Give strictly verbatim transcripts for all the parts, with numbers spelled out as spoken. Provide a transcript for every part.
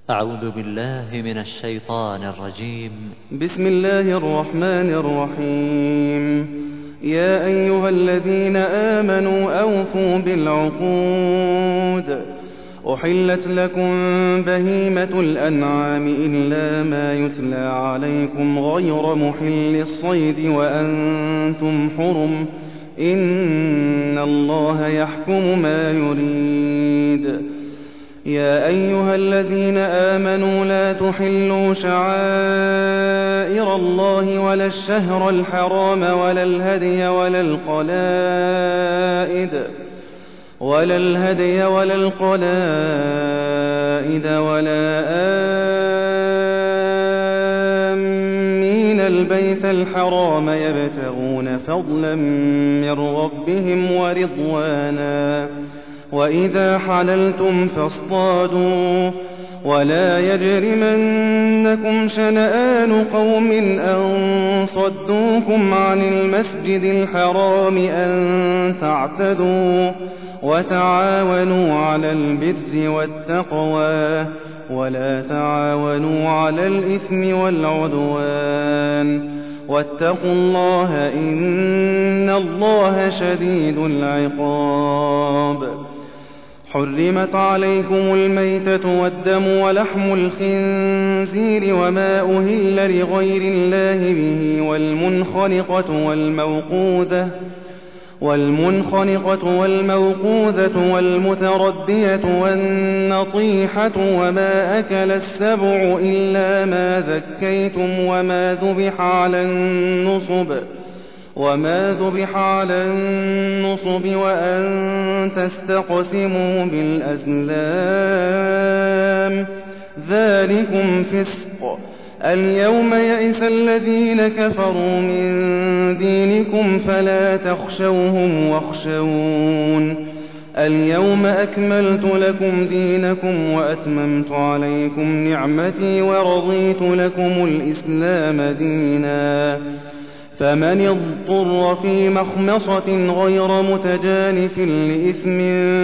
أعوذ بالله من الشيطان الرجيم. بسم الله الرحمن الرحيم. يا أيها الذين آمنوا أوفوا بالعقود. أحلت لكم بهيمة الأنعام إلا ما يتلى عليكم غير محل الصيد وأنتم حرم، إن الله يحكم ما يريد. يا أيها الذين آمنوا لا تحلوا شعائر الله ولا الشهر الحرام ولا الهدي ولا القلائد ولا الهدي ولا القلائد ولا آمين البيت الحرام يبتغون فضلا من ربهم ورضوانا، وإذا حللتم فاصطادوا، ولا يجرمنكم شنآن قوم أن صدوكم عن المسجد الحرام أن تعتدوا، وتعاونوا على البر والتقوى ولا تعاونوا على الإثم والعدوان، واتقوا الله إن الله شديد العقاب. حرمت عليكم الميتة والدم ولحم الخنزير وما أهل لغير الله به والمنخنقة والموقوذة والمنخنقة والموقوذة والمتردية والنطيحة وما أكل السبع إلا ما ذكيتم وما ذبح على النصب وما ذبح على النصب وأن تستقسموا بالأزلام، ذلكم فسق. اليوم يئس الذين كفروا من دينكم فلا تخشوهم واخشون. اليوم أكملت لكم دينكم وأتممت عليكم نعمتي ورضيت لكم الإسلام دينا، فمن اضطر في مخمصة غير متجانف لإثم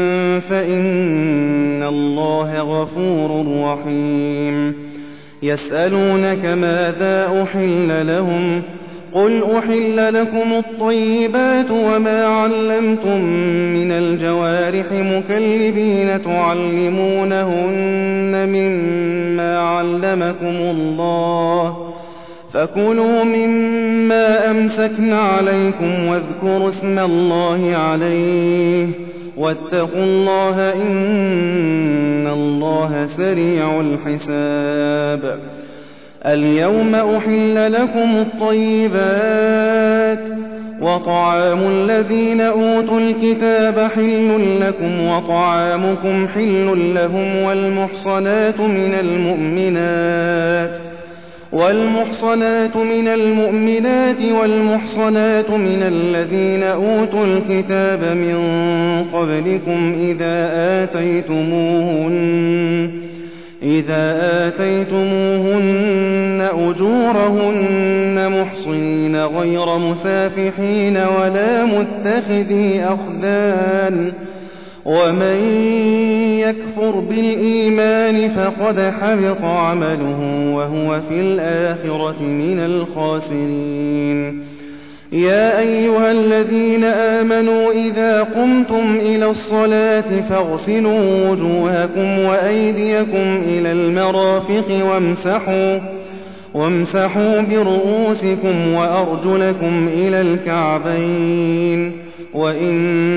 فإن الله غفور رحيم. يسألونك ماذا أحل لهم، قل أحل لكم الطيبات وما علمتم من الجوارح مكلبين تعلمونهن مما علمكم الله، فكلوا مما أمسكن عليكم واذكروا اسم الله عليه، واتقوا الله إن الله سريع الحساب. اليوم أحل لكم الطيبات، وطعام الذين أوتوا الكتاب حل لكم وطعامكم حل لهم، والمحصنات من المؤمنات والمحصنات من المؤمنات والمحصنات من الذين أوتوا الكتاب من قبلكم إذا آتيتموهن إذا آتيتموهن أجورهن محصنين غير مسافحين ولا متخذي أخدان، ومن يكفر بالإيمان فقد حبط عمله وهو في الآخرة من الخاسرين. يا أيها الذين آمنوا إذا قمتم إلى الصلاة فاغسلوا وجوهكم وأيديكم إلى المرافق وامسحوا وامسحوا برؤوسكم وأرجلكم إلى الكعبين، وإن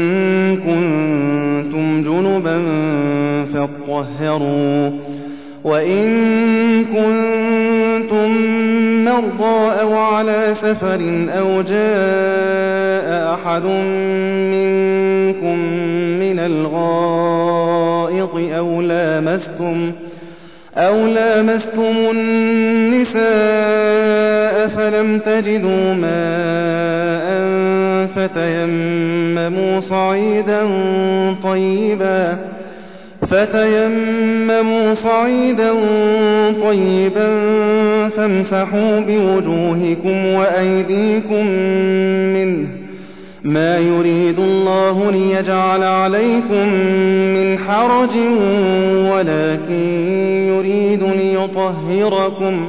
كنتم جنبا فاطهروا، وإن كنتم مرضى أو على سفر أو جاء أحد منكم من الغائط أو لامستم أو لامستم النساء فلم تجدوا ماء فتيمموا صعيدا طيبا فتيمموا صعيدا طيبا فامسحوا بوجوهكم وأيديكم منه، ما يريد الله ليجعل عليكم من حرج ولكن يريد ليطهركم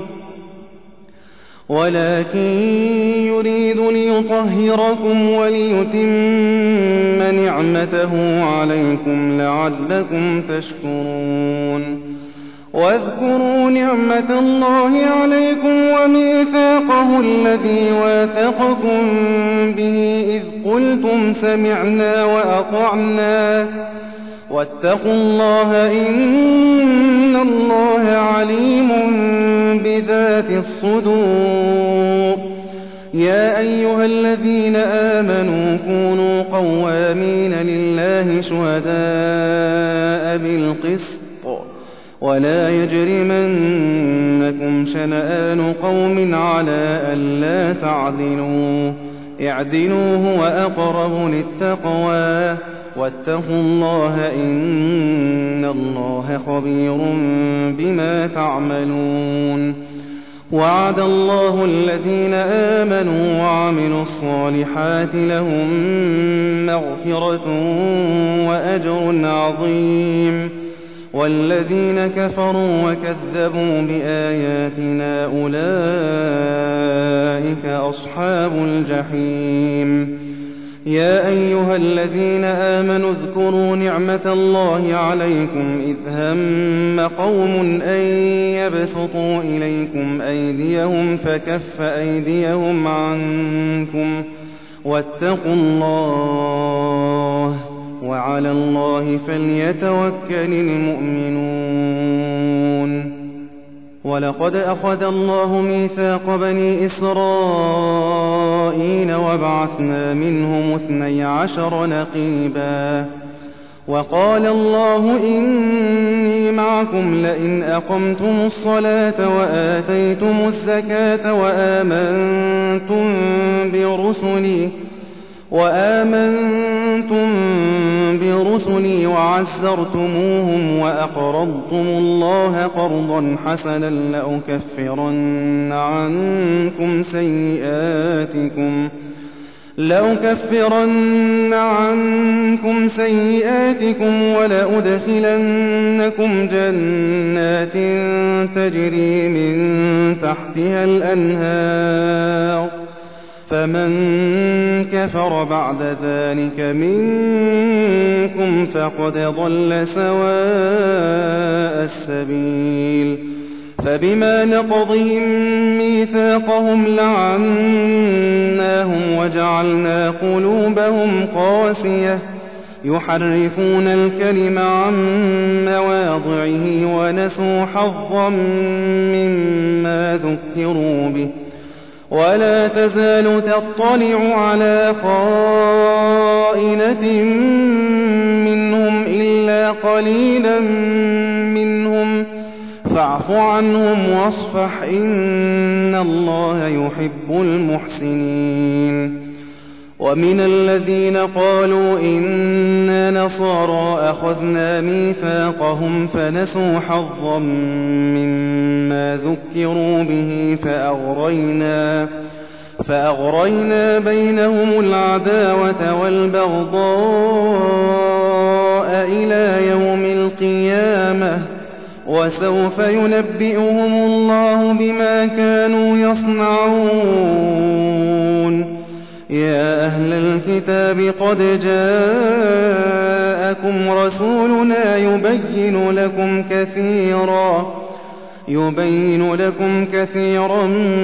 ولكن يريد ليطهركم وليتم نعمته عليكم لعلكم تشكرون واذكروا نعمة الله عليكم وميثاقه الذي واثقكم به إذ قلتم سمعنا وأطعنا واتقوا الله إن الله عليم بذات الصدور يا أيها الذين آمنوا كونوا قوامين لله شهداء بالقسط ولا يجرمنكم شنآن قوم على ألا تعدلوا اعدلوا هو أقرب للتقوى واتقوا الله إن الله خبير بما تعملون وعد الله الذين آمنوا وعملوا الصالحات لهم مغفرة وأجر عظيم والذين كفروا وكذبوا بآياتنا أولئك أصحاب الجحيم يا أيها الذين آمنوا اذكروا نعمة الله عليكم إذ هم قوم أن يبسطوا إليكم أيديهم فكف أيديهم عنكم واتقوا الله وعلى الله فليتوكل المؤمنون ولقد أخذ الله ميثاق بني إسرائيل وبعثنا منهم اثني عشر نقيبا وقال الله إني معكم لئن أقمتم الصلاة وآتيتم الزكاة وآمنتم برسلي وآمنتم برسلي وعزرتموهم وأقرضتم الله قرضا حسنا لأكفرن عنكم سيئاتكم لأكفرن عنكم سيئاتكم ولأدخلنكم جنات تجري من تحتها الأنهار فمن كفر بعد ذلك منكم فقد ضل سواء السبيل فبما نقضهم ميثاقهم لعناهم وجعلنا قلوبهم قاسية يحرفون الكلم عن مواضعه ونسوا حظا مما ذكروا به ولا تزال تطلع على خائنة منهم إلا قليلا منهم فاعف عنهم واصفح إن الله يحب المحسنين ومن الذين قالوا إنا نصارى أخذنا ميثاقهم فنسوا حظا مما ذكروا به فأغرينا فأغرينا بينهم العداوة والبغضاء إلى يوم القيامة وسوف ينبئهم الله بما كانوا يصنعون يا أهل الكتاب قد جاءكم رسولنا يبين لكم كثيرا يبين لكم كثيرا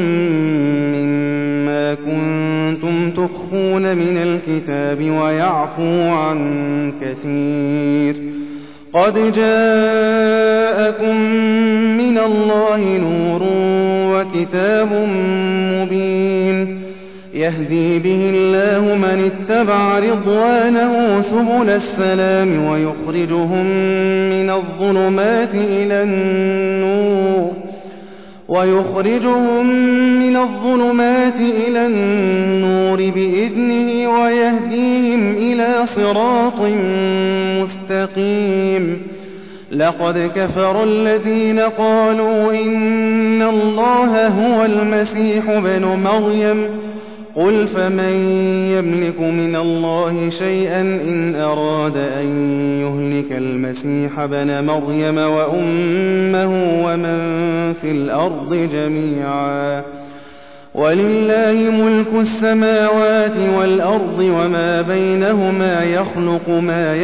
مما كنتم تخفون من الكتاب ويعفو عن كثير قد جاءكم من الله نور وكتاب مبين يهدي به الله من اتبع رضوانه سبل السلام ويخرجهم من الظلمات إلى النور ويخرجهم من الظلمات إلى النور بإذنه ويهديهم إلى صراط مستقيم لقد كفر الذين قالوا إن الله هو المسيح ابن مريم قل فمن يملك من الله شيئا إن أراد أن يهلك المسيح ابن مريم وأمه ومن في الأرض جميعا ولله ملك السماوات والأرض وما بينهما يخلق ما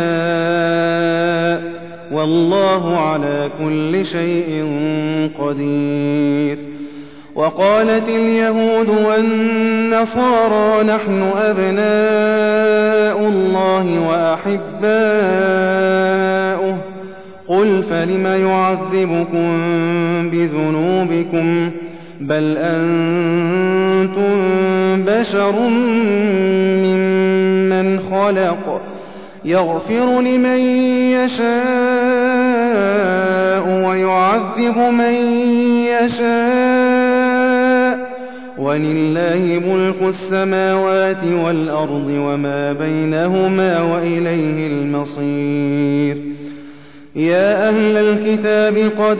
يشاء والله على كل شيء قدير. وقالت اليهود والنصارى نحن أبناء الله وأحباؤه قل فلم يعذبكم بذنوبكم بل أنتم بشر ممن خلق يغفر لمن يشاء ويعذب من يشاء ولله ملك السماوات والأرض وما بينهما وإليه المصير. يا أهل الكتاب قد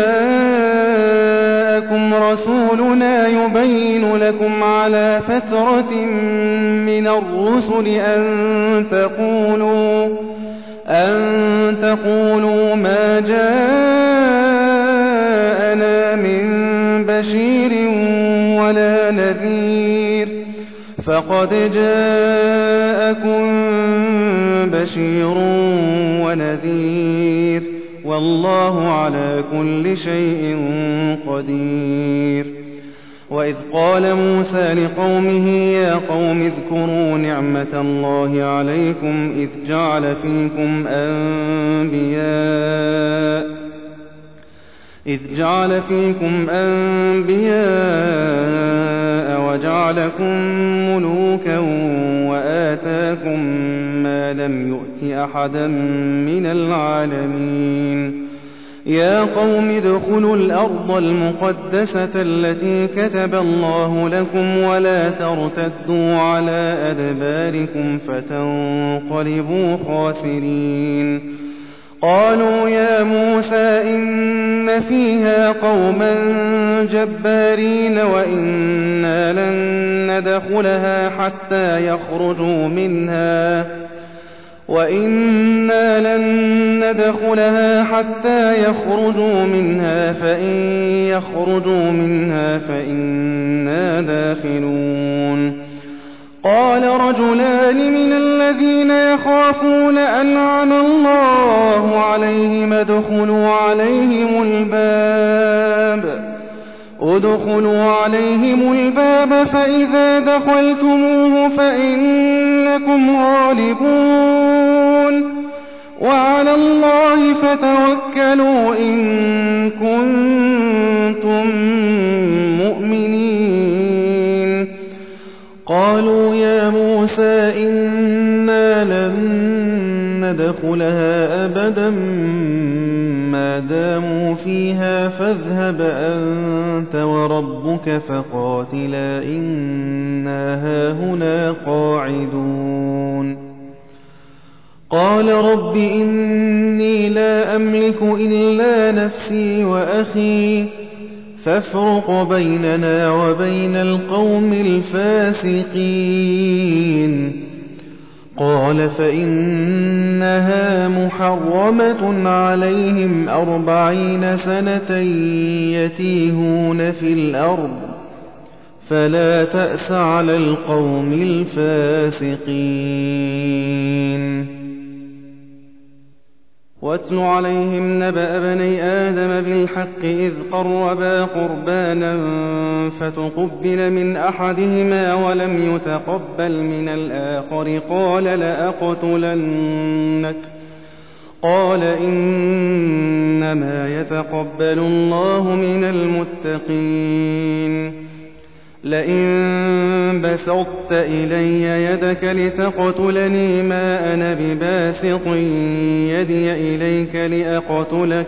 جاءكم رسولنا يبين لكم على فترة من الرسل أن تقولوا أن تقولوا ما جاءنا من بشير ولا نذير فقد جاءكم بشير ونذير والله على كل شيء قدير. وإذ قال موسى لقومه يا قوم اذكروا نعمة الله عليكم إذ جعل فيكم أنبياء إذ جعل فيكم أنبياء وجعلكم ملوكا وآتاكم ما لم يؤت أحدا من العالمين. يا قوم ادخلوا الأرض المقدسة التي كتب الله لكم ولا ترتدوا على أدباركم فتنقلبوا خاسرين. قالوا يا موسى إن فيها قوما جبارين وإنا لن ندخلها حتى يخرجوا منها وإنا لن ندخلها حتى يخرجوا منها فإن يخرجوا منها فإنا داخلون. قال رجلان من الذين يخافون أنعم الله عليهم ادخلوا عليهم الباب ادخلوا عليهم الباب فإذا دخلتموه فإنكم غالبون وعلى الله فتوكلوا إن كنتم مؤمنين. قالوا يا موسى إنا لن ندخلها أبدا ما داموا فيها فاذهب أنت وربك فقاتلا إنا هاهنا قاعدون. قال رب إني لا أملك إلا نفسي وأخي فافرق بيننا وبين القوم الفاسقين. قال فإنها محرمة عليهم أربعين سنة يتيهون في الأرض فلا تأس على القوم الفاسقين. واتل عليهم نبأ بني آدم بالحق إذ قربا قربانا فتقبل من أحدهما ولم يتقبل من الآخر قال لأقتلنك قال إنما يتقبل الله من المتقين. لئن بسطت إلي يدك لتقتلني ما أنا بباسط يدي إليك لأقتلك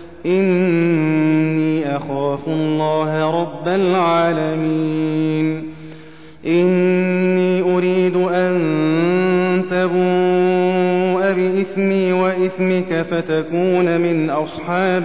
إني أخاف الله رب العالمين. إني أريد أن تبوء بإثمي وإثمك فتكون من أصحاب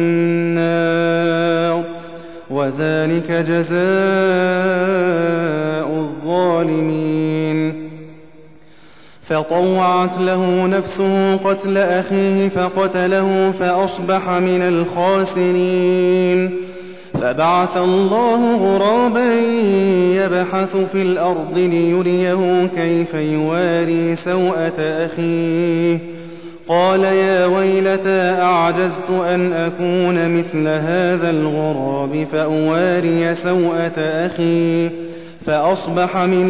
النار وذلك جزاء الظالمين. فطوعت له نفسه قتل أخيه فقتله فأصبح من الخاسرين. فبعث الله غرابا يبحث في الأرض ليريه كيف يواري سوءة أخيه، قال يا ويلتى أعجزت أن أكون مثل هذا الغراب فأواري سوءة أخي فأصبح من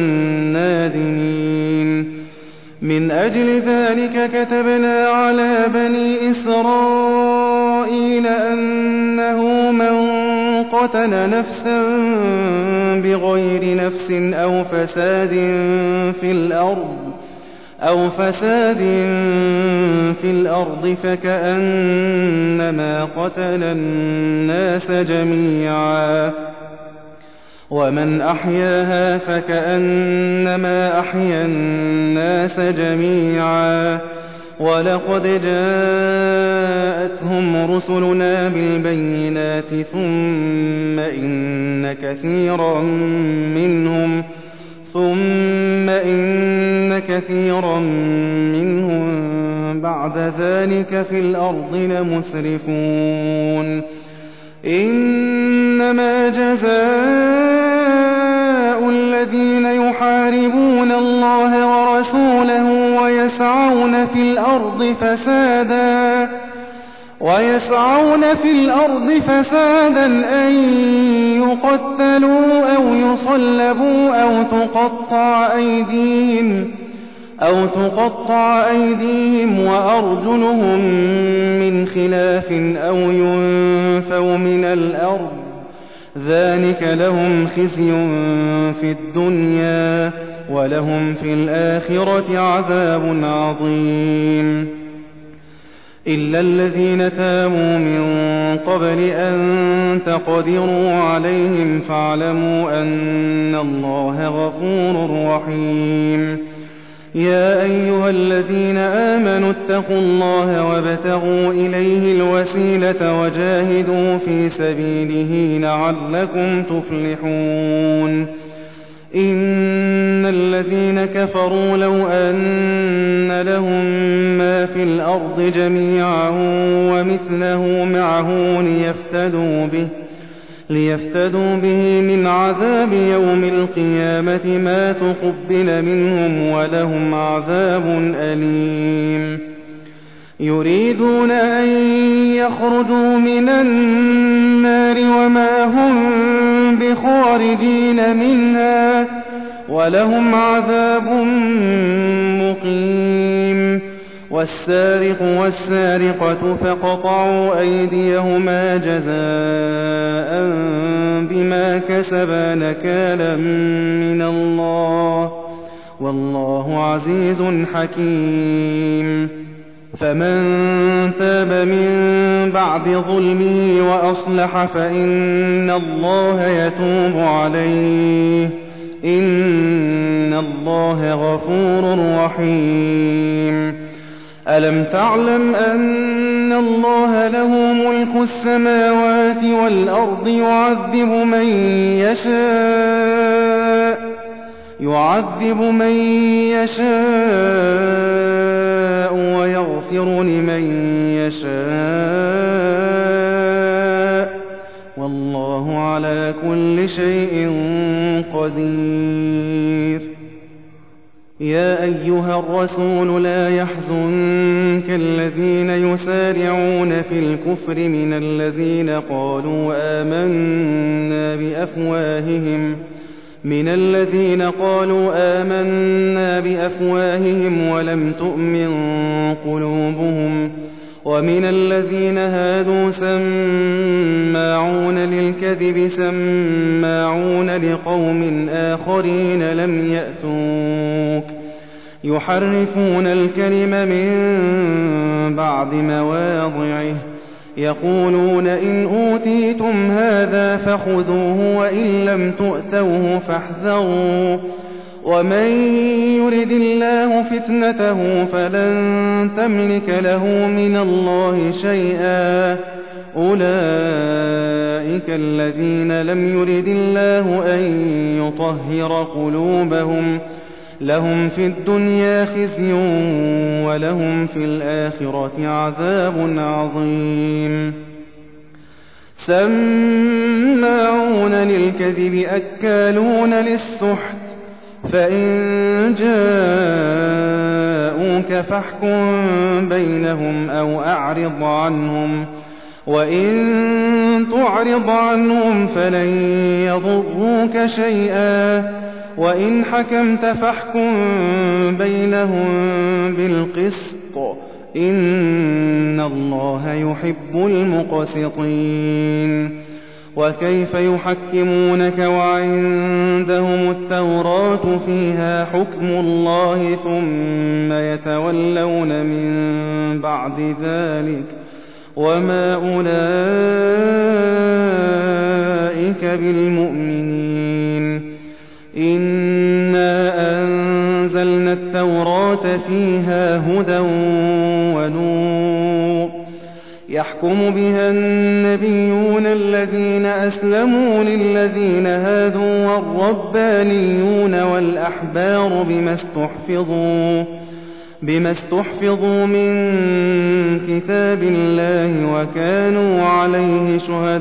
النادمين. من أجل ذلك كتبنا على بني إسرائيل أنه من قتل نفسا بغير نفس أو فساد في الأرض أو فساد في الأرض فكأنما قتل الناس جميعا، ومن أحياها فكأنما أحيا الناس جميعا. ولقد جاءتهم رسلنا بالبينات ثم إن كثيرا منهم ثم إن كثيرا منهم بعد ذلك في الأرض لمسرفون. إنما جزاء الذين يحاربون الله ورسوله ويسعون في الأرض فسادا ويسعون في الأرض فسادا أن يقتلوا أو يصلبوا أو تقطع أيديهم أو تقطع أيديهم وأرجلهم من خلاف أو ينفوا من الأرض، ذلك لهم خزي في الدنيا ولهم في الآخرة عذاب عظيم. إلا الذين تابوا من قبل أن تقدروا عليهم فاعلموا أن الله غفور رحيم. يا أيها الذين آمنوا اتقوا الله وابتغوا إليه الوسيلة وجاهدوا في سبيله لعلكم تفلحون. إن الذين كفروا لو أن لهم ما في الأرض جميعا ومثله معه ليفتدوا به ليفتدوا به من عذاب يوم القيامة ما تقبل منهم ولهم عذاب أليم. يريدون أن يخرجوا من النار وما هم بخارجين منها ولهم عذاب مقيم. والسارق والسارقة فقطعوا أيديهما جزاء بما كسبا نكالا من الله والله عزيز حكيم. فمن تاب من بعد ظلمه وأصلح فإن الله يتوب عليه إن الله غفور رحيم. ألم تعلم أن الله له ملك السماوات والأرض يعذب من يشاء يعذب من يشاء ويغفر لمن يشاء والله على كل شيء قدير. يا أيها الرسول لا يحزنك الذين يسارعون في الكفر من الذين قالوا آمنا بأفواههم من الذين قالوا آمنا بأفواههم ولم تؤمن قلوبهم ومن الذين هادوا سماعون للكذب سماعون لقوم آخرين لم يأتوك يحرفون الكلم من بعد مواضعه يقولون إن أوتيتم هذا فخذوه وإن لم تؤتوه فاحذروا ومن يرد الله فتنته فلن تملك له من الله شيئا أولئك الذين لم يرد الله أن يطهر قلوبهم لهم في الدنيا خزي ولهم في الآخرة عذاب عظيم سماعون للكذب أكالون للسحت فإن جاءوك فاحكم بينهم أو أعرض عنهم وإن تعرض عنهم فلن يضروك شيئا وإن حكمت فاحكم بينهم بالقسط إن الله يحب المقسطين وكيف يحكمونك وعندهم التوراة فيها حكم الله ثم يتولون من بعد ذلك وما أولئك بالمؤمنين إنا أنزلنا التوراة فيها هدى ونور يحكم بها النبيون الذين أسلموا للذين هادوا والربانيون والأحبار بما استحفظوا بما استحفظوا من كتاب الله وكانوا عليه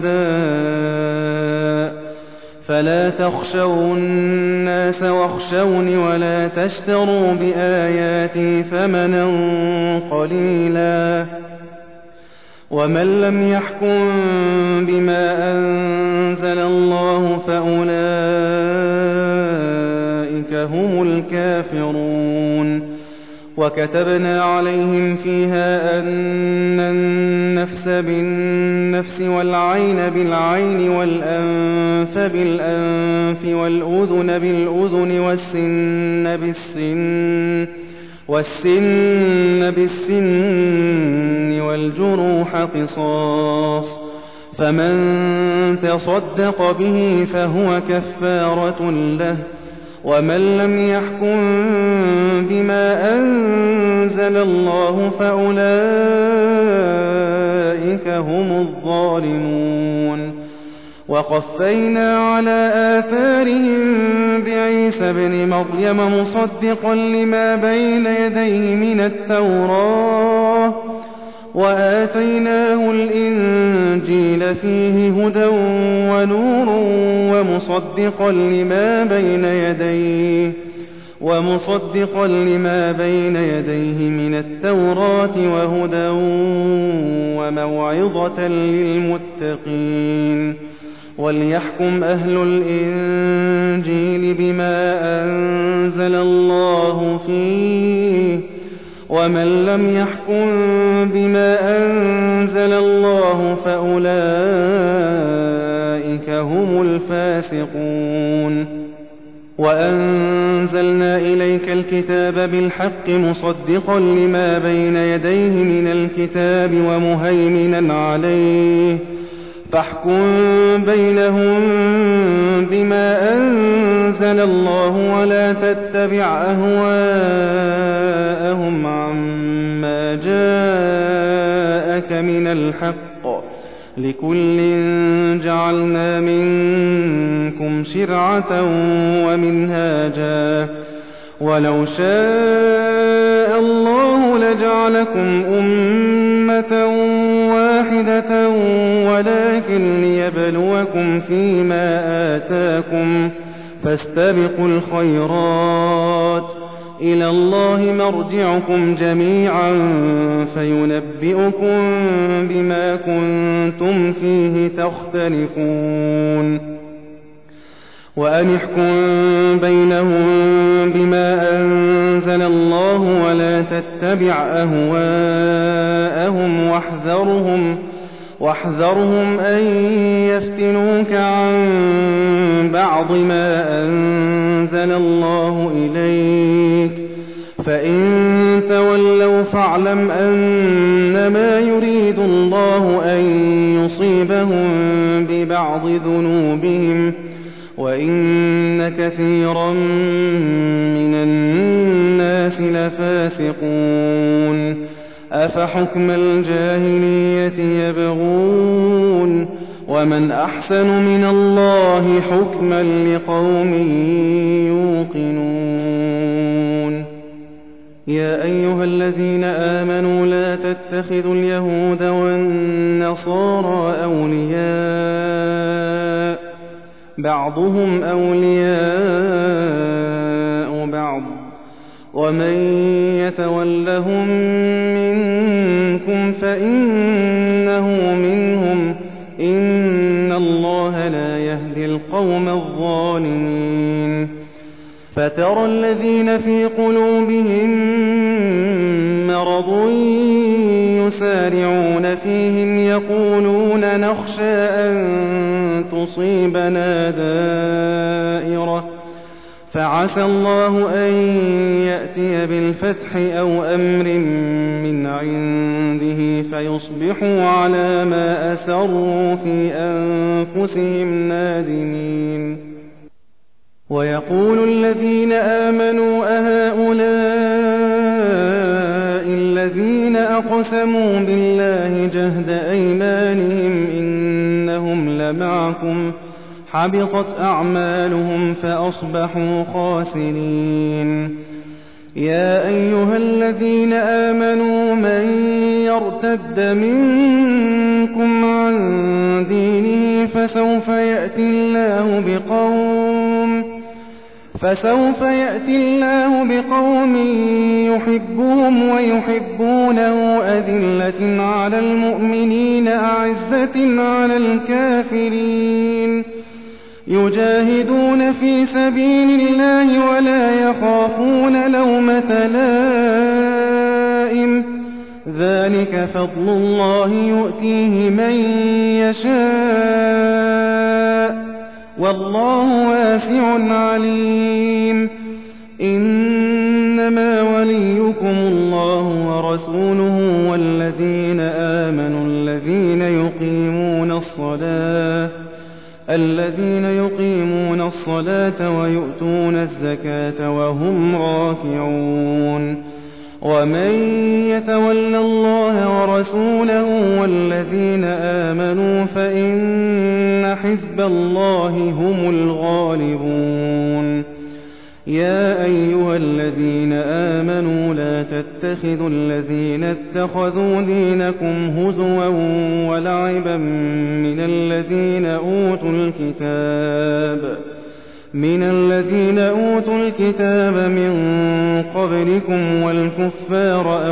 شهداء فلا تخشوا الناس واخشوني ولا تشتروا بآياتي ثمنا قليلا ومن لم يحكم بما أنزل الله فأولئك هم الكافرون وكتبنا عليهم فيها أن النفس بالنفس والعين بالعين والأنف بالأنف والأذن بالأذن والسن بالسن والسن بالسن والجروح قصاص فمن تصدق به فهو كفارة له ومن لم يحكم بما أنزل الله فأولئك هم الظالمون وقفينا على آثارهم بعيسى ابن مريم مصدقا لما بين يديه من التوراة وآتيناه الإنجيل فيه هدى ونور ومصدقا لما بين يديه ومصدقا لما بين يديه من التوراة وهدى وموعظة للمتقين وليحكم أهل الإنجيل بما أنزل الله فيه ومن لم يحكم بما أنزل الله فأولئك هم الفاسقون وأنزلنا إليك الكتاب بالحق مصدقا لما بين يديه من الكتاب ومهيمنا عليه فاحكم بينهم بما أنزل الله ولا تتبع أهواءهم عما جاءك من الحق لكل جعلنا منكم شرعة ومنهاجا ولو شاء الله لجعلكم أمة واحدة ولكن ليبلوكم فيما آتاكم فاستبقوا الخيرات إلى الله مرجعكم جميعا فينبئكم بما كنتم فيه تختلفون وأن احكم بينهم بما أنزل الله ولا تتبع أهواءهم واحذرهم واحذرهم أن يفتنوك عن بعض ما أنزل الله إليك فإن تولوا فاعلم أنما يريد الله أن يصيبهم ببعض ذنوبهم وإن كثيرا من الناس لفاسقون أفحكم الجاهلية يبغون ومن أحسن من الله حكما لقوم يوقنون يا أيها الذين آمنوا لا تتخذوا اليهود والنصارى أولياء بعضهم أولياء بعض ومن يتولهم منكم فإنه منهم إن الله لا يهدي القوم الظالمين فترى الذين في قلوبهم مرض يسارعون فيهم يقولون نخشى أن تصيبنا دائرة فعسى الله أن يأتي بالفتح أو أمر من عنده فيصبحوا على ما أسروا في أنفسهم نادمين ويقول الذين آمنوا أهؤلاء الذين أقسموا بالله جهد أيمانهم إنهم لمعكم حبطت أعمالهم فأصبحوا خاسرين يا أيها الذين آمنوا من يرتد منكم عن دينه فسوف يأتي الله بقوم فسوف يأتي الله بقوم يحبهم ويحبونه أذلة على المؤمنين أعزة على الكافرين يجاهدون في سبيل الله ولا يخافون لومة لائم ذلك فضل الله يؤتيه من يشاء والله واسع عليم إنما وليكم الله ورسوله والذين آمنوا الذين يقيمون الصلاة الذين يقيمون الصلاة ويؤتون الزكاة وهم راكعون ومن يتول الله ورسوله والذين آمنوا فإن حزب الله هم الغالبون يا أيها الذين آمنوا لا تتخذوا الذين اتخذوا دينكم هزوا ولعبا من الذين أوتوا الكتاب من الذين أوتوا الكتاب من قبلكم والكفار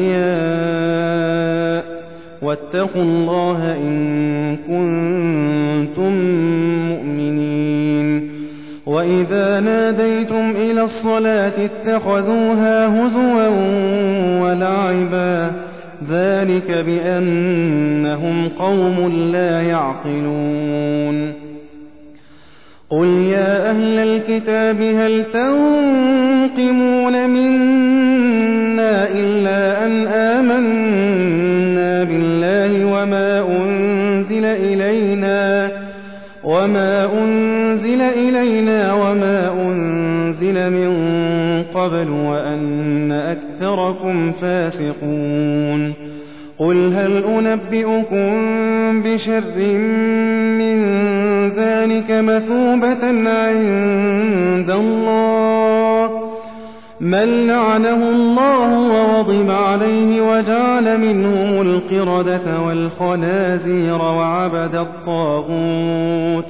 أولياء واتقوا الله إن كنتم مؤمنين وإذا ناديتم إلى الصلاة اتخذوها هزوا ولعبا ذلك بأنهم قوم لا يعقلون قل يا أهل الكتاب هل تنقمون منا إلا أن آمنا بالله وما أنزل إلينا وما أنزل إلينا وما أنزل من قبل وأن أكثركم فاسقون قل هل أنبئكم بشر من ذلك مثوبة عند الله من لعنه الله وغضب عليه وجعل منهم القردة والخنازير وعبد الطاغوت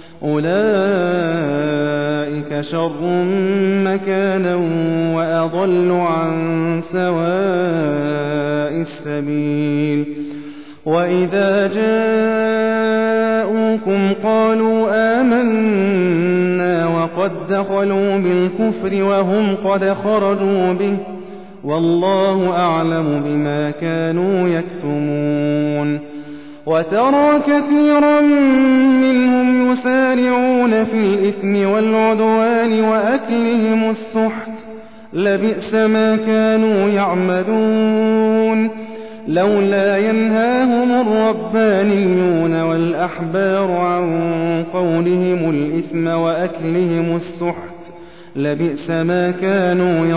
أولئك شر مكانا وأضل عن سواء السبيل وإذا جاءوكم قالوا آمنا وقد دخلوا بالكفر وهم قد خرجوا به والله أعلم بما كانوا يكتمون وترى كثيرا منهم يسارعون في الإثم والعدوان وأكلهم السحت لبئس ما كانوا يعملون لولا ينهاهم الربانيون والأحبار عن قولهم الإثم وأكلهم السحت لبئس ما كانوا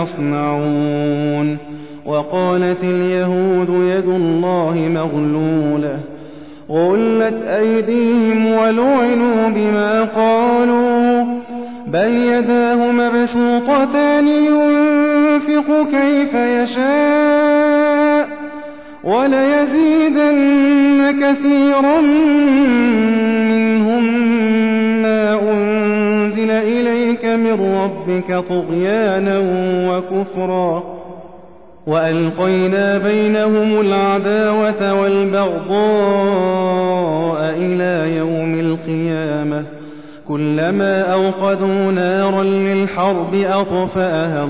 يصنعون وقالت اليهود يد الله مغلولة غلت أيديهم ولعنوا بما قالوا بل يداه مبسوطتان ينفق كيف يشاء وليزيدن كثيرا منهم ما أنزل إليك من ربك طغيانا وكفرا وألقينا بينهم العداوة والبغضاء إلى يوم القيامة كلما أوقدوا نارا للحرب أطفأها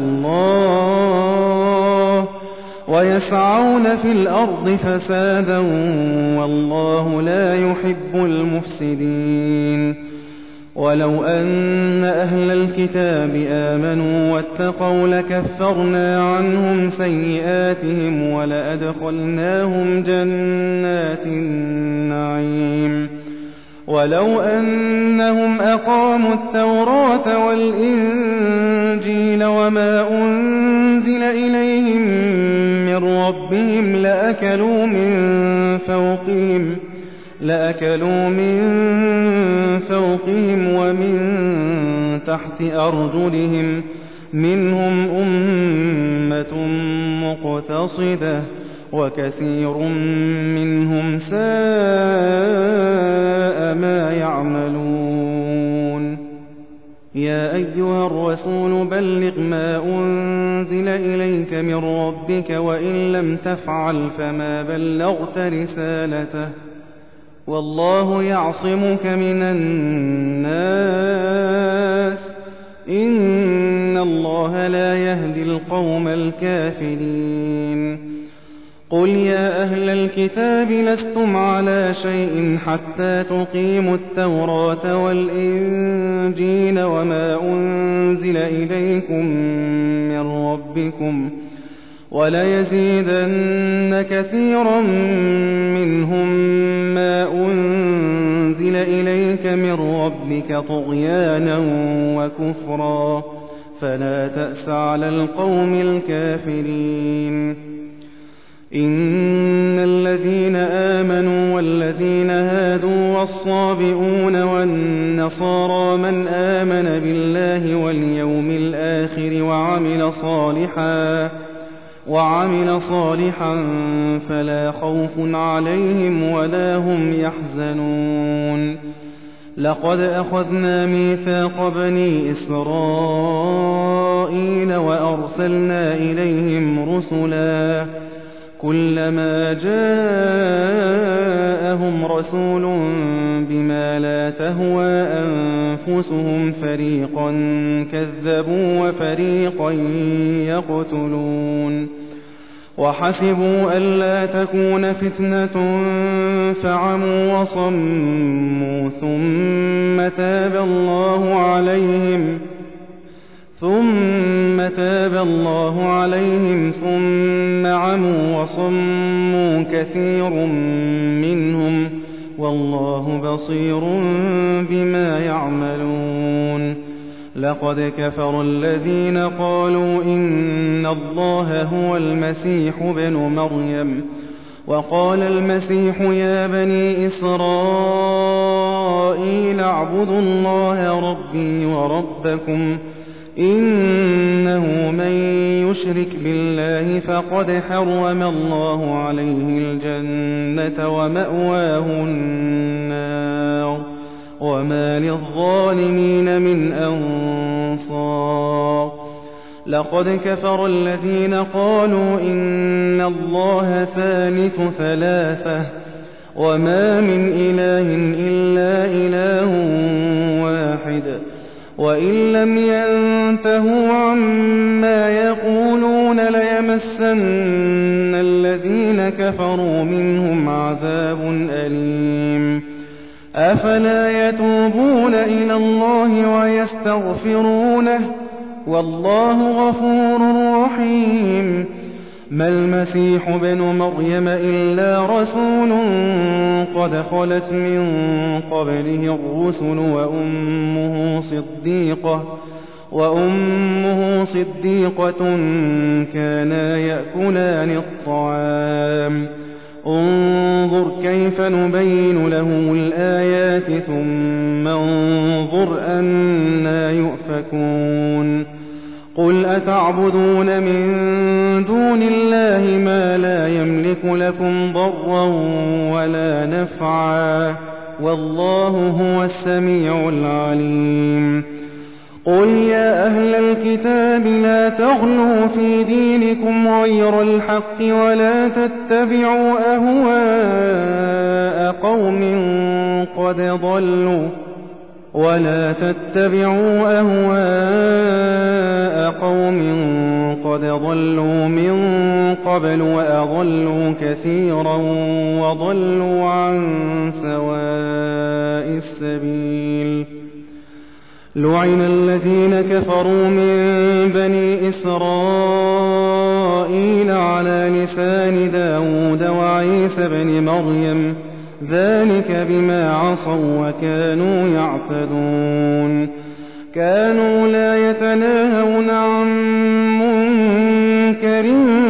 الله ويسعون في الأرض فسادا والله لا يحب المفسدين ولو أن أهل الكتاب آمنوا واتقوا لكفرنا عنهم سيئاتهم ولأدخلناهم جنات النعيم ولو أنهم أقاموا التوراة والإنجيل وما أنزل إليهم من ربهم لأكلوا من فوقهم لأكلوا من فوقهم ومن تحت أرجلهم منهم أمة مقتصدة وكثير منهم ساء ما يعملون يا أيها الرسول بلغ ما أنزل إليك من ربك وإن لم تفعل فما بلغت رسالته والله يعصمك من الناس إن الله لا يهدي القوم الكافرين قل يا أهل الكتاب لستم على شيء حتى تقيموا التوراة والإنجيل وما أنزل إليكم من ربكم وليزيدن كثيرا منهم ما أنزل إليك من ربك طغيانا وكفرا فلا تأس على القوم الكافرين إن الذين آمنوا والذين هادوا والصابئون والنصارى من آمن بالله واليوم الآخر وعمل صالحا وعمل صالحا فلا خوف عليهم ولا هم يحزنون لقد أخذنا ميثاق بني إسرائيل وأرسلنا إليهم رسلا كلما جاءهم رسول بما لا تهوى أنفسهم فريقا كذبوا وفريقا يقتلون وحسبوا ألا تكون فتنة فعموا وصموا ثم تاب الله عليهم ثم تاب الله عليهم ثم عموا وصموا كثير منهم والله بصير بما يعملون لقد كفر الذين قالوا إن الله هو المسيح ابن مريم وقال المسيح يا بني إسرائيل اعبدوا الله ربي وربكم إنه من يشرك بالله فقد حرم الله عليه الجنة ومأواه النار وما للظالمين من أنصار لقد كفر الذين قالوا إن الله ثالث ثلاثة وما من إله إلا إله واحد وإن لم ينتهوا عما يقولون ليمسن الذين كفروا منهم عذاب أليم أفلا يتوبون إلى الله ويستغفرونه والله غفور رحيم ما المسيح ابن مريم إلا رسول قد خلت من قبله الرسل وأمه صديقة وأمه صديقة كانا يأكلان الطعام انظر كيف نبين لهم الآيات ثم انظر أنى يؤفكون قل أتعبدون من دون الله ما لا يملك لكم ضرا ولا نفعا والله هو السميع العليم قل يا أهل الكتاب لا تغلوا في دينكم غير الحق ولا تتبعوا أهواء قوم قد ضلوا ولا تتبعوا أهواء قوم قد ضلوا من قبل وأضلوا كثيرا وضلوا عن سواء السبيل لعن الذين كفروا من بني إسرائيل على لسان داود وعيسى بن مريم ذلك بما عصوا وكانوا يعتدون كانوا لا يتناهون عن منكر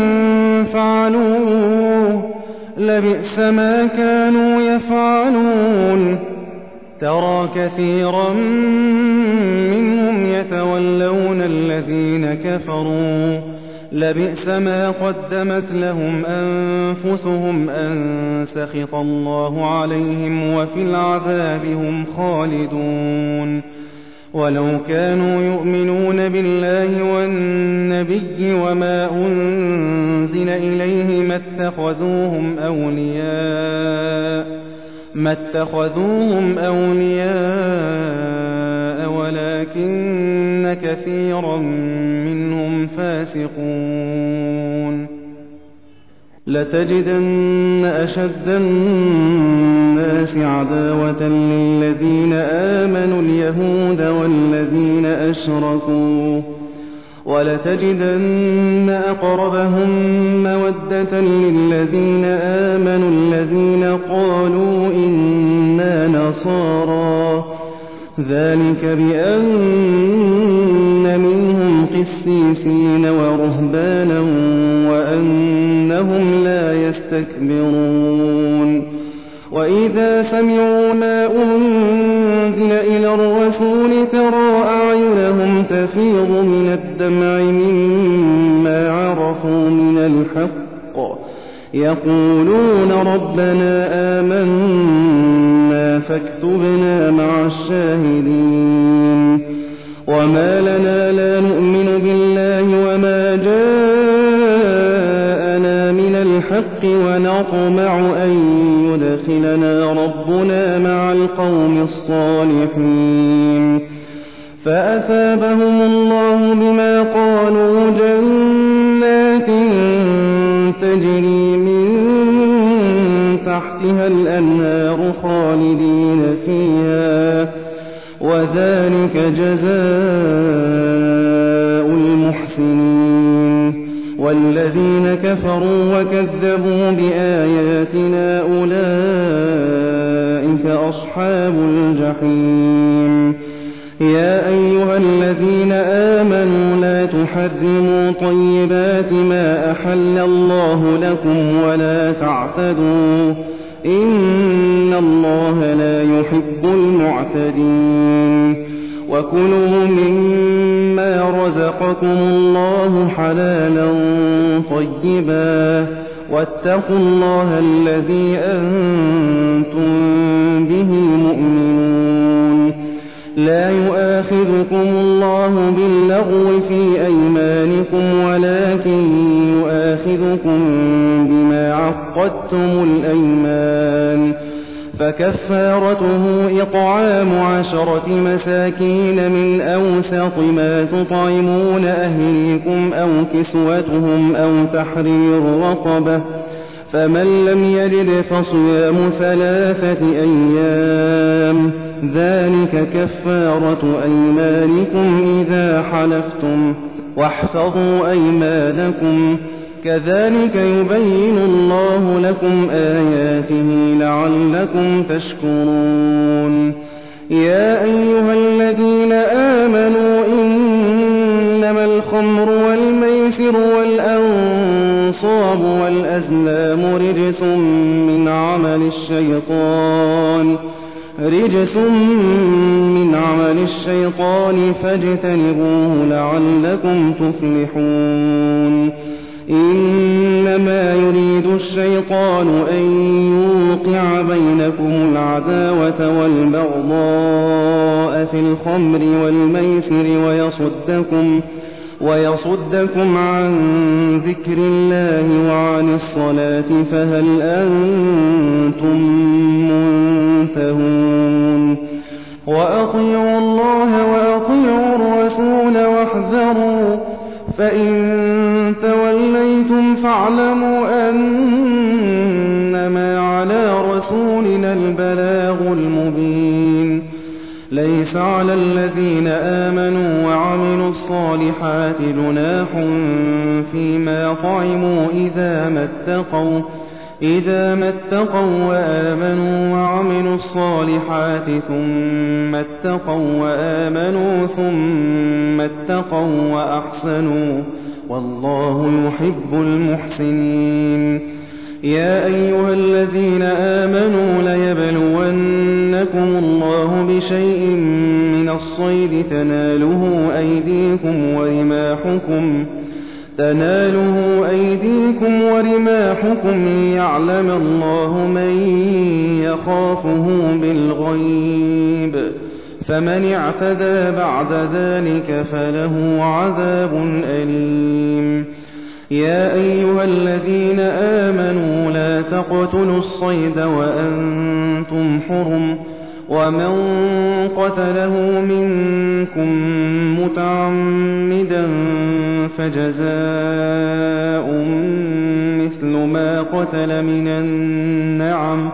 فعلوه لبئس ما كانوا يفعلون ترى كثيرا منهم يتولون الذين كفروا لبئس ما قدمت لهم أنفسهم أن سخط الله عليهم وفي العذاب هم خالدون ولو كانوا يؤمنون بالله والنبي وما أنزل إليه ما اتخذوهم أولياء ما اتخذوهم أولياء ولكن كثيرا منهم فاسقون لتجدن أشد الناس عداوة للذين آمنوا اليهود والذين أشركوا ولتجدن أقربهم مودة للذين آمنوا الذين قالوا إنا نصارى ذلك بأن منهم قسيسين ورهبانا وأنهم لا يستكبرون وإذا سمعوا ما أنزل إلى الرسول ترى أعينهم تفيض من الدمع مما عرفوا من الحق يقولون ربنا آمنا فاكتبنا مع الشاهدين وما لنا لا نؤمن بالله وما جاءنا من الحق ونطمع أن يدخلنا ربنا مع القوم الصالحين فأثابهم الله بما قالوا جنات تجري من تحتها الأنهار خالدين فيها وذلك جزاء المحسنين والذين كفروا وكذبوا بآياتنا أولئك أصحاب الجحيم يا أيها الذين آمنوا لا تحرموا طيبات ما أحل الله لكم ولا تعتدوا إن الله لا يحب المعتدين وكلوا مما رزقكم الله حلالا طيبا واتقوا الله الذي أنتم به مؤمنون لا يؤاخذكم الله باللغو في أيمانكم ولكن يؤاخذكم بما عقدتم الأيمان فكفارته إطعام عشرة مساكين من أوسط ما تطعمون أهليكم أو كسوتهم أو تحرير رقبة فمن لم يجد فصيام ثلاثة أيام ذلك كفارة أيمانكم إذا حلفتم واحفظوا أيمانكم كذلك يبين الله لكم آياته لعلكم تشكرون يا أيها الذين آمنوا إنما الخمر والميسر والأنصار الأنصاب والأزلام رجس من عمل الشيطان رجس من عمل الشيطان فاجتنبوه لعلكم تفلحون إنما يريد الشيطان أن يوقع بينكم العداوة والبغضاء في الخمر والميسر ويصدكم ويصدكم عن ذكر الله وعن الصلاة فهل أنتم منتهون وأطيعوا الله وأطيعوا الرسول واحذروا فإن توليتم فاعلموا أنما على رسولنا البلاغ المبين ليس على الذين آمنوا وعملوا الصالحات جناح فيما طعموا إذا ما اتقوا إذا ما اتقوا وآمنوا وعملوا الصالحات ثم اتقوا وآمنوا ثم اتقوا وأحسنوا والله يحب المحسنين يا أيها الذين آمنوا ليبلونكم الله بشيء من الصيد تناله أيديكم ورماحكم تناله أيديكم ورماحكم ليعلم الله من يخافه بالغيب فمن اعتدى بعد ذلك فله عذاب أليم يا أيها الذين آمنوا لا تقتلوا الصيد وأنتم حرم ومن قتله منكم متعمدا فجزاء مثل ما قتل من النعم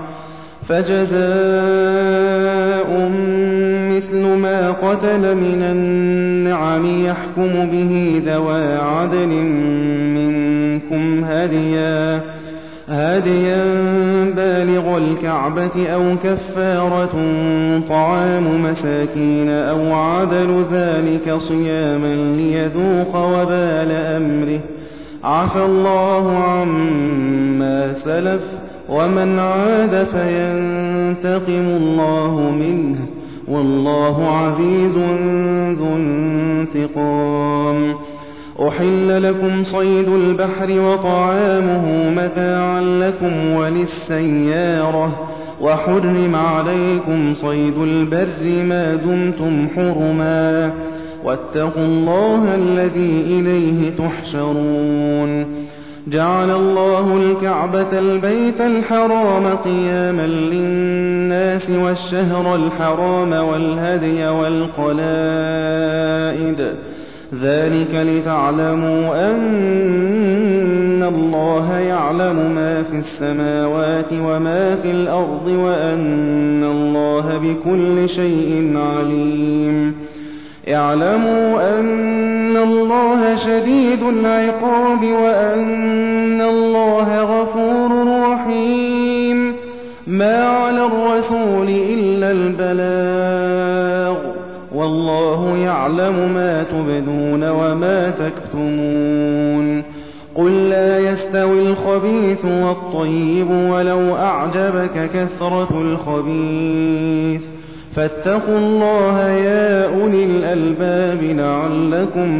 فجزاء مثل ما قتل من النعم يحكم به ذوى عدل منكم هديا هديا بالغ الكعبة أو كفارة طعام مساكين أو عدل ذلك صياما ليذوق وبال أمره عفى الله عما سلف ومن عاد فينتقم الله منه والله عزيز ذو انتقام أحل لكم صيد البحر وطعامه متاعا لكم وللسيارة وحرم عليكم صيد البر ما دمتم حرما واتقوا الله الذي إليه تحشرون جعل الله الكعبة البيت الحرام قياما للناس والشهر الحرام والهدي والقلائد ذلك لتعلموا أن الله يعلم ما في السماوات وما في الأرض وأن الله بكل شيء عليم اعلموا أن الله شديد العقاب وأن الله غفور رحيم ما على الرسول إلا البلاغ والله يعلم ما تبدون وما تكتمون قل لا يستوي الخبيث والطيب ولو أعجبك كثرة الخبيث فاتقوا الله يا أولي الألباب لعلكم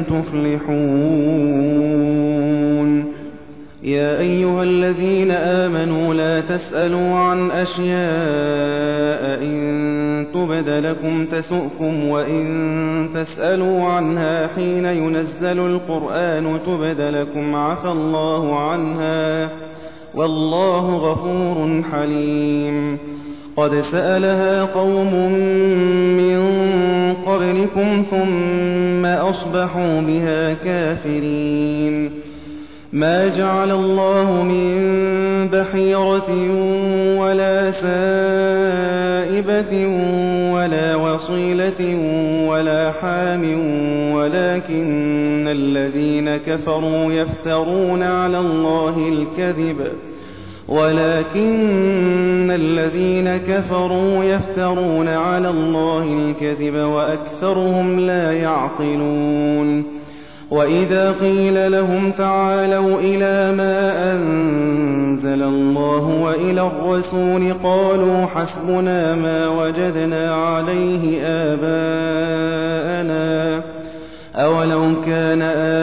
تفلحون يا أيها الذين آمنوا لا تسألوا عن أشياء إن تبد لكم تسؤكم وإن تسألوا عنها حين ينزل القرآن تبد لكم عفى الله عنها والله غفور حليم قد سألها قوم من قبلكم ثم أصبحوا بها كافرين ما جعل الله من بحيرة ولا سائبة ولا وصيلة ولا حام ولكن الذين كفروا يفترون على الله الكذب ولكن الذين كفروا يفترون على الله الكذب وأكثرهم لا يعقلون وإذا قيل لهم تعالوا إلى ما أنزل الله وإلى الرسول قالوا حسبنا ما وجدنا عليه آباءنا أولو كان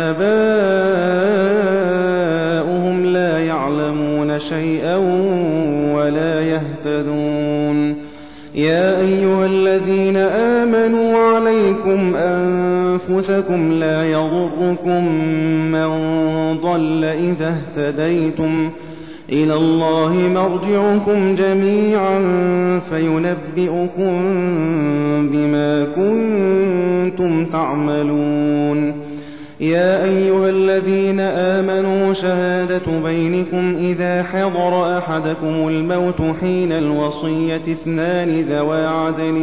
آباؤهم لا يعلمون شيئا ولا يهتدون يا أيها الذين آمنوا عليكم أنفسكم لا يضركم من ضل إذا اهتديتم إلى الله مرجعكم جميعا فينبئكم بما كنتم تعملون يا أيها الذين آمنوا شهادة بينكم إذا حضر أحدكم الموت حين الوصية اثنان ذوى عدل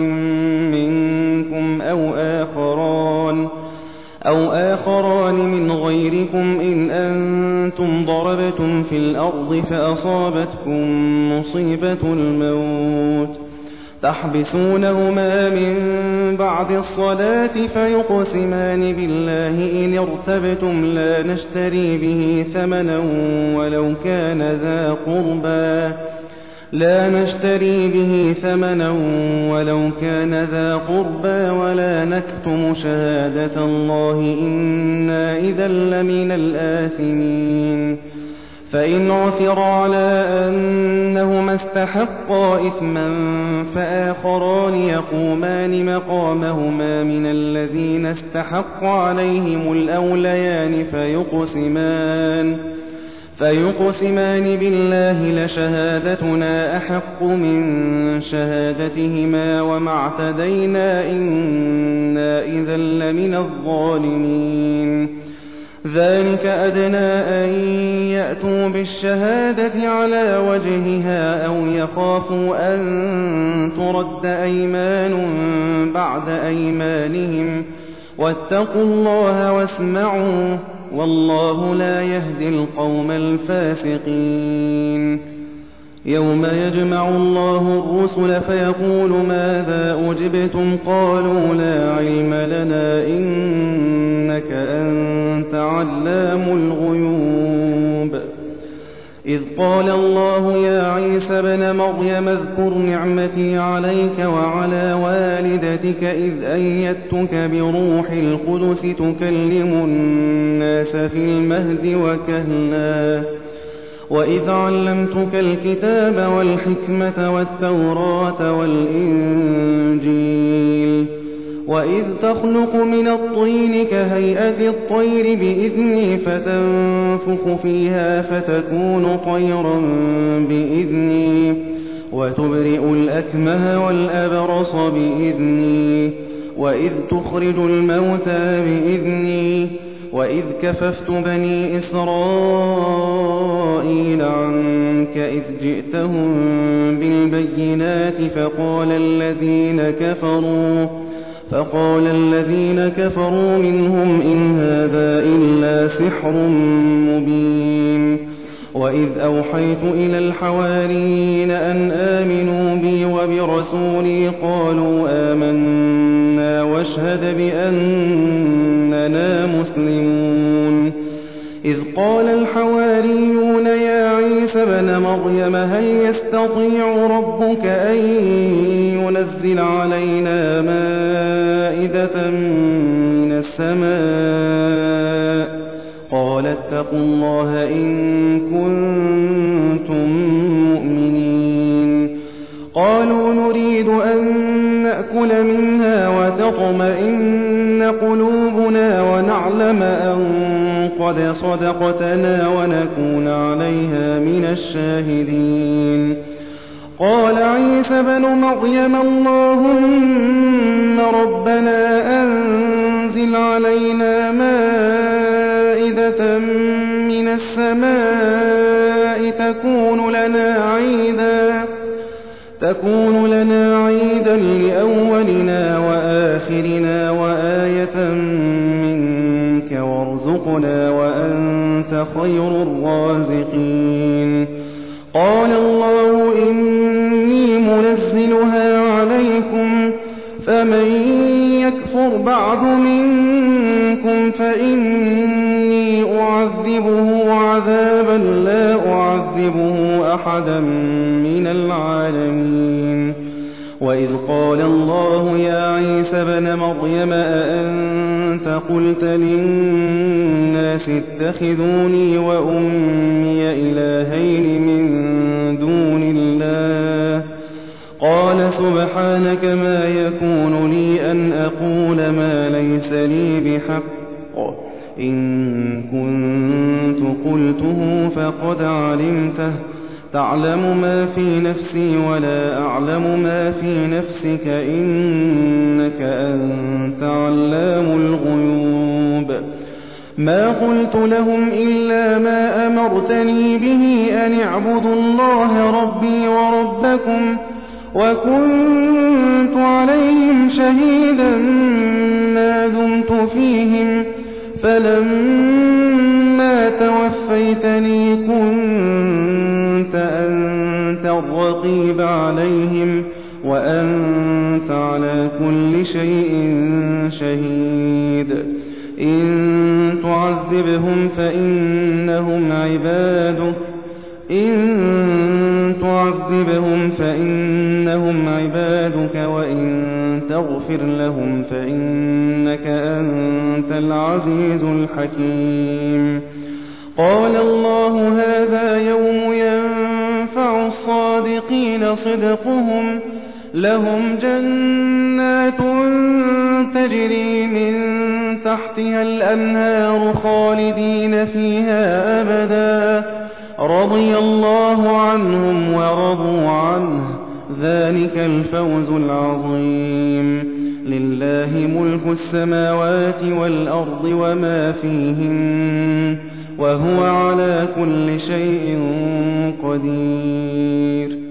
منكم أو آخران أو آخران من غيركم إن أنتم ضربتم في الأرض فأصابتكم مصيبة الموت تحبسونهما من بعد الصلاة فيقسمان بالله إن ارتبتم لا نشتري به ثمنا ولو كان ذا قربى لا نشتري به ثمنا ولو كان ذا قربى ولا نكتم شهادة الله إنا إذا لمن الآثمين فإن عثر على أنهما استحقا إثما فآخران يقومان مقامهما من الذين استحق عليهم الأوليان فيقسمان فيقسمان بالله لشهادتنا أحق من شهادتهما وما اعتدينا إنا إذا لمن الظالمين ذلك أدنى أن يأتوا بالشهادة على وجهها أو يخافوا أن ترد أيمان بعد أيمانهم واتقوا الله واسمعوا والله لا يهدي القوم الفاسقين يوم يجمع الله الرسل فيقول ماذا أجبتم قالوا لا علم لنا إنك أنت علام الغيوب إذ قال الله يا عيسى ابن مريم اذكر نعمتي عليك وعلى والدتك إذ أيدتك بروح القدس تكلم الناس في المهد وكهلا وإذ علمتك الكتاب والحكمة والتوراة والإنجيل وإذ تخلق من الطين كهيئة الطير بإذني فتنفخ فيها فتكون طيرا بإذني وتبرئ الأكمه والأبرص بإذني وإذ تخرج الموتى بإذني وإذ كففت بني إسرائيل عنك إذ جئتهم بالبينات فقال الذين كفروا فقال الذين كفروا منهم إن هذا إلا سحر مبين وإذ أوحيت إلى الحواريين أن آمنوا بي وبرسولي قالوا آمنا واشهد بأننا مسلمون إذ قال الحواريون يا عيسى ابن مريم هل يستطيع ربك أن ينزل علينا مائدة من السماء قال اتقوا الله إن كنتم مؤمنين قالوا نريد أن نأكل منها وتطمئن قلوبنا ونعلم أن قد صدقتنا ونكون عليها من الشاهدين قال عيسى ابن مريم اللهم ربنا أنزل علينا مائدة من السماء تكون لنا عيدا تكون لنا عيدا لأولنا وآخرنا وآية منك وارزقنا وأنت خير الرازقين قال الله إني منزلها عليكم فمن يكفر بعد منكم فإني أعذبه عذابا لا أعذبه أحدا من العالمين. وإذ قال الله يا عيسى ابن مريم أأنت قلت للناس اتخذوني وأمي إلهين من دون الله قال سبحانك ما يكون لي أن أقول ما ليس لي بحق إن كنت قلته فقد علمته تعلم ما في نفسي ولا أعلم ما في نفسك إنك أنت علام الغيوب. ما قلت لهم إلا ما أمرتني به أن اعبدوا الله ربي وربكم وكنت عليهم شهيدا ما دمت فيهم فلما توفيتني كنت أنت الرقيب عليهم وأنت على كل شيء شهيد. إن تعذبهم فإنهم عبادك إن تعذبهم فإنهم عبادك وإن تغفر لهم فإنك أنت العزيز الحكيم. قال الله هذا يوم ينفع الصادقين صدقهم لهم جنات تجري من تحتها الأنهار خالدين فيها أبدا رضي الله عنهم ورضوا عنه ذلك الفوز العظيم. لله ملك السماوات والأرض وما فيهن وهو على كل شيء قدير.